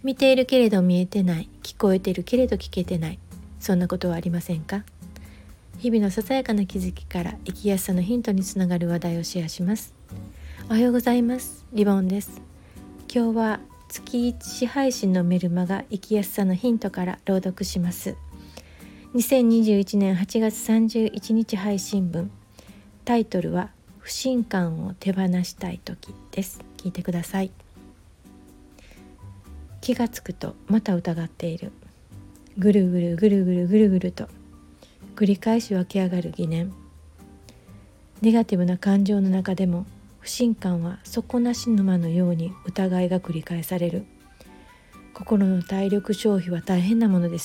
見ているけれど見えてない、聞こえているけれど聞けてない、そんなことはありませんか？日々のささやかな気づきから生きやすさのヒントにつながる話題をシェアします。おはようございます。リボンです。今日は月1配信のメルマガ生きやすさのヒントから朗読します。2021年8月31日配信分。タイトルは不信感を手放したい時です。聞いてください。気がつくとまた疑っている。ぐるぐるぐるぐるぐるぐると繰り返し湧き上がる疑念。ネガティブな感情の中でも不信感は底なし沼のように疑いが繰り返される。心の体力消費は大変なものです。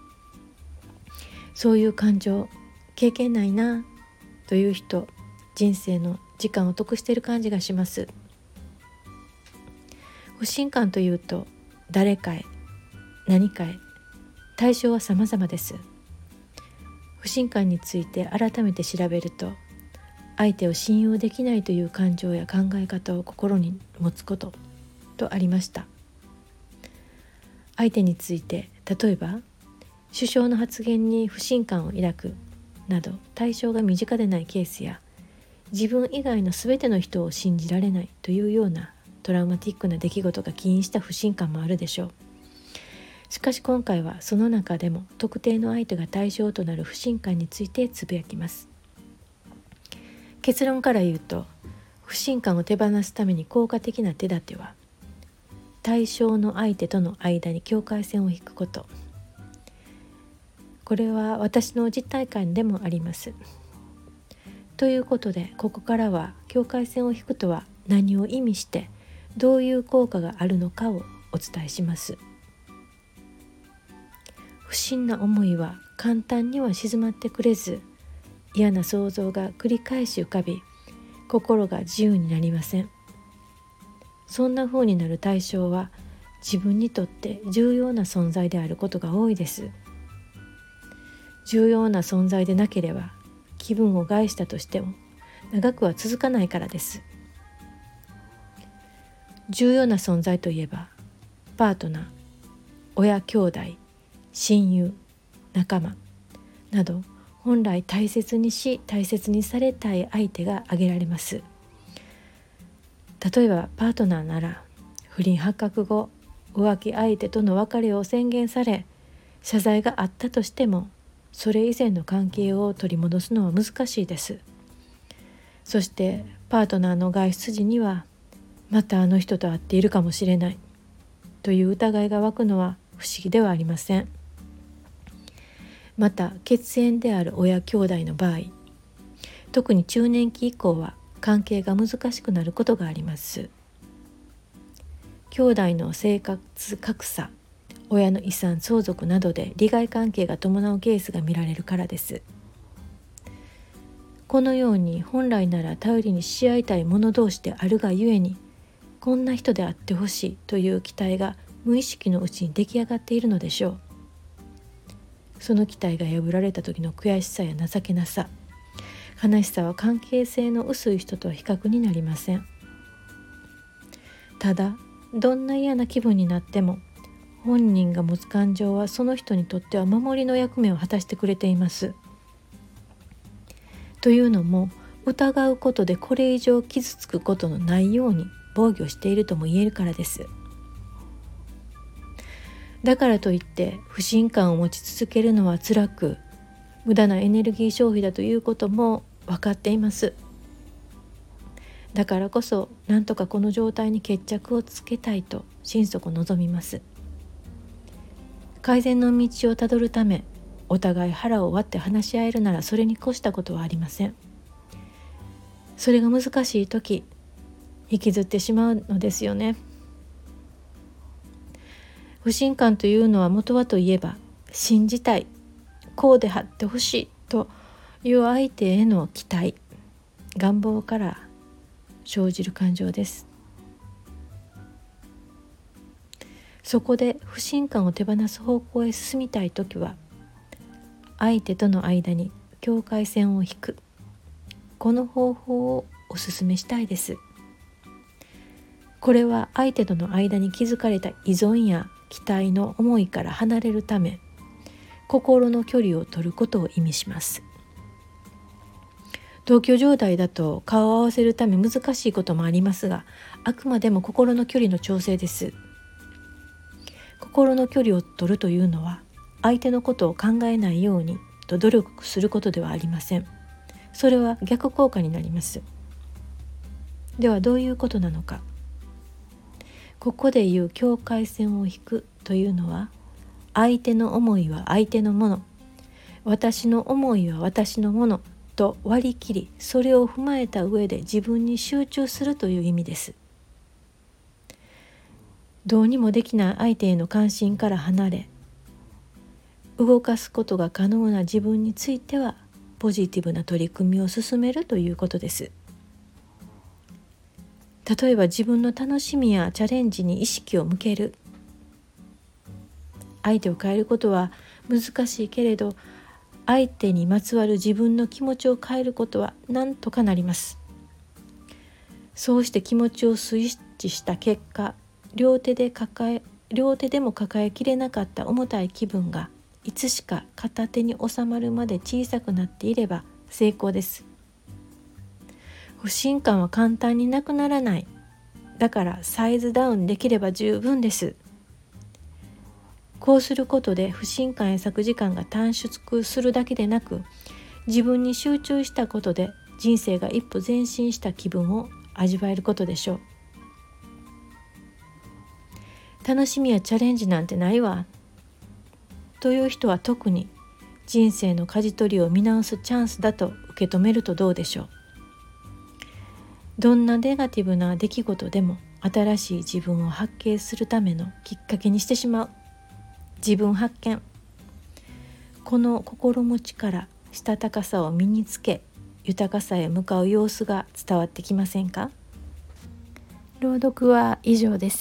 そういう感情経験ないなという人、人生の時間を得している感じがします。不信感というと誰かへ何かへ、対象は様々です。不信感について改めて調べると、相手を信用できないという感情や考え方を心に持つこととありました。相手について、例えば首相の発言に不信感を抱くなど、対象が身近でないケースや、自分以外のすべての人を信じられないというようなトラウマティックな出来事が起因した不信感もあるでしょう。しかし今回はその中でも特定の相手が対象となる不信感についてつぶやきます。結論から言うと、不信感を手放すために効果的な手立ては、対象の相手との間に境界線を引くこと。これは私の実体感でもあります。ということで、ここからは境界線を引くとは何を意味してどういう効果があるのかをお伝えします。不審な思いは簡単には静まってくれず、嫌な想像が繰り返し浮かび、心が自由になりません。そんな風になる対象は自分にとって重要な存在であることが多いです。重要な存在でなければ気分を害したとしても長くは続かないからです。重要な存在といえば、パートナー、親兄弟、親友、仲間など、本来大切にし大切にされたい相手が挙げられます。例えばパートナーなら、不倫発覚後浮気相手との別れを宣言され、謝罪があったとしてもそれ以前の関係を取り戻すのは難しいです。そしてパートナーの外出時には、またあの人と会っているかもしれないという疑いが湧くのは不思議ではありません。また血縁である親兄弟の場合、特に中年期以降は関係が難しくなることがあります。兄弟の生活格差、親の遺産相続などで利害関係が伴うケースが見られるからです。このように本来なら頼りにし合いたい者同士であるがゆえに、こんな人であってほしいという期待が無意識のうちに出来上がっているのでしょう。その期待が破られた時の悔しさや情けなさ、悲しさは関係性の薄い人とは比較になりません。ただ、どんな嫌な気分になっても、本人が持つ感情はその人にとっては守りの役目を果たしてくれています。というのも、疑うことでこれ以上傷つくことのないように防御しているとも言えるからです。だからといって不信感を持ち続けるのは辛く、無駄なエネルギー消費だということも分かっています。だからこそ、なんとかこの状態に決着をつけたいと心底望みます。改善の道をたどるため、お互い腹を割って話し合えるならそれに越したことはありません。それが難しい時、引きずってしまうのですよね。不信感というのは元はといえば、信じたい、こうであってほしいという相手への期待、願望から生じる感情です。そこで不信感を手放す方向へ進みたいときは、相手との間に境界線を引く、この方法をお勧めしたいです。これは相手との間に築かれた依存や期待の思いから離れるため、心の距離を取ることを意味します。同居状態だと顔を合わせるため難しいこともありますが、あくまでも心の距離の調整です。心の距離を取るというのは、相手のことを考えないようにと努力することではありません。それは逆効果になります。ではどういうことなのか。ここで言う境界線を引くというのは、相手の思いは相手のもの、私の思いは私のものと割り切り、それを踏まえた上で自分に集中するという意味です。どうにもできない相手への関心から離れ、動かすことが可能な自分についてはポジティブな取り組みを進めるということです。例えば自分の楽しみやチャレンジに意識を向ける。相手を変えることは難しいけれど、相手にまつわる自分の気持ちを変えることは何とかなります。そうして気持ちをスイッチした結果、両手でも抱えきれなかった重たい気分がいつしか片手に収まるまで小さくなっていれば成功です。不信感は簡単になくならない。だからサイズダウンできれば十分です。こうすることで不信感へ割く時間が短縮するだけでなく、自分に集中したことで人生が一歩前進した気分を味わえることでしょう。楽しみやチャレンジなんてないわという人は、特に人生の舵取りを見直すチャンスだと受け止めるとどうでしょう。どんなネガティブな出来事でも新しい自分を発見するためのきっかけにしてしまう。自分発見。この心持ちからしたたかさを身につけ、豊かさへ向かう様子が伝わってきませんか？朗読は以上です。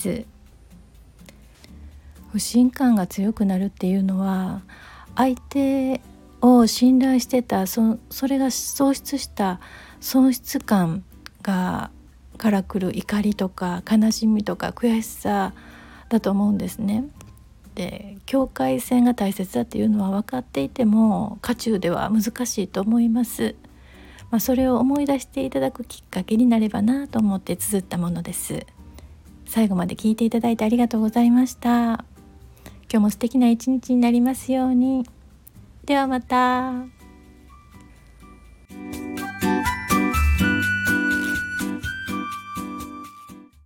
不信感が強くなるっていうのは、相手を信頼してたそれが喪失した喪失感から来る怒りとか悲しみとか悔しさだと思うんですね。で、境界線が大切だっていうのは分かっていても渦中では難しいと思います。それを思い出していただくきっかけになればなと思って綴ったものです。最後まで聞いていただいてありがとうございました。今日も素敵な一日になりますように。ではまた。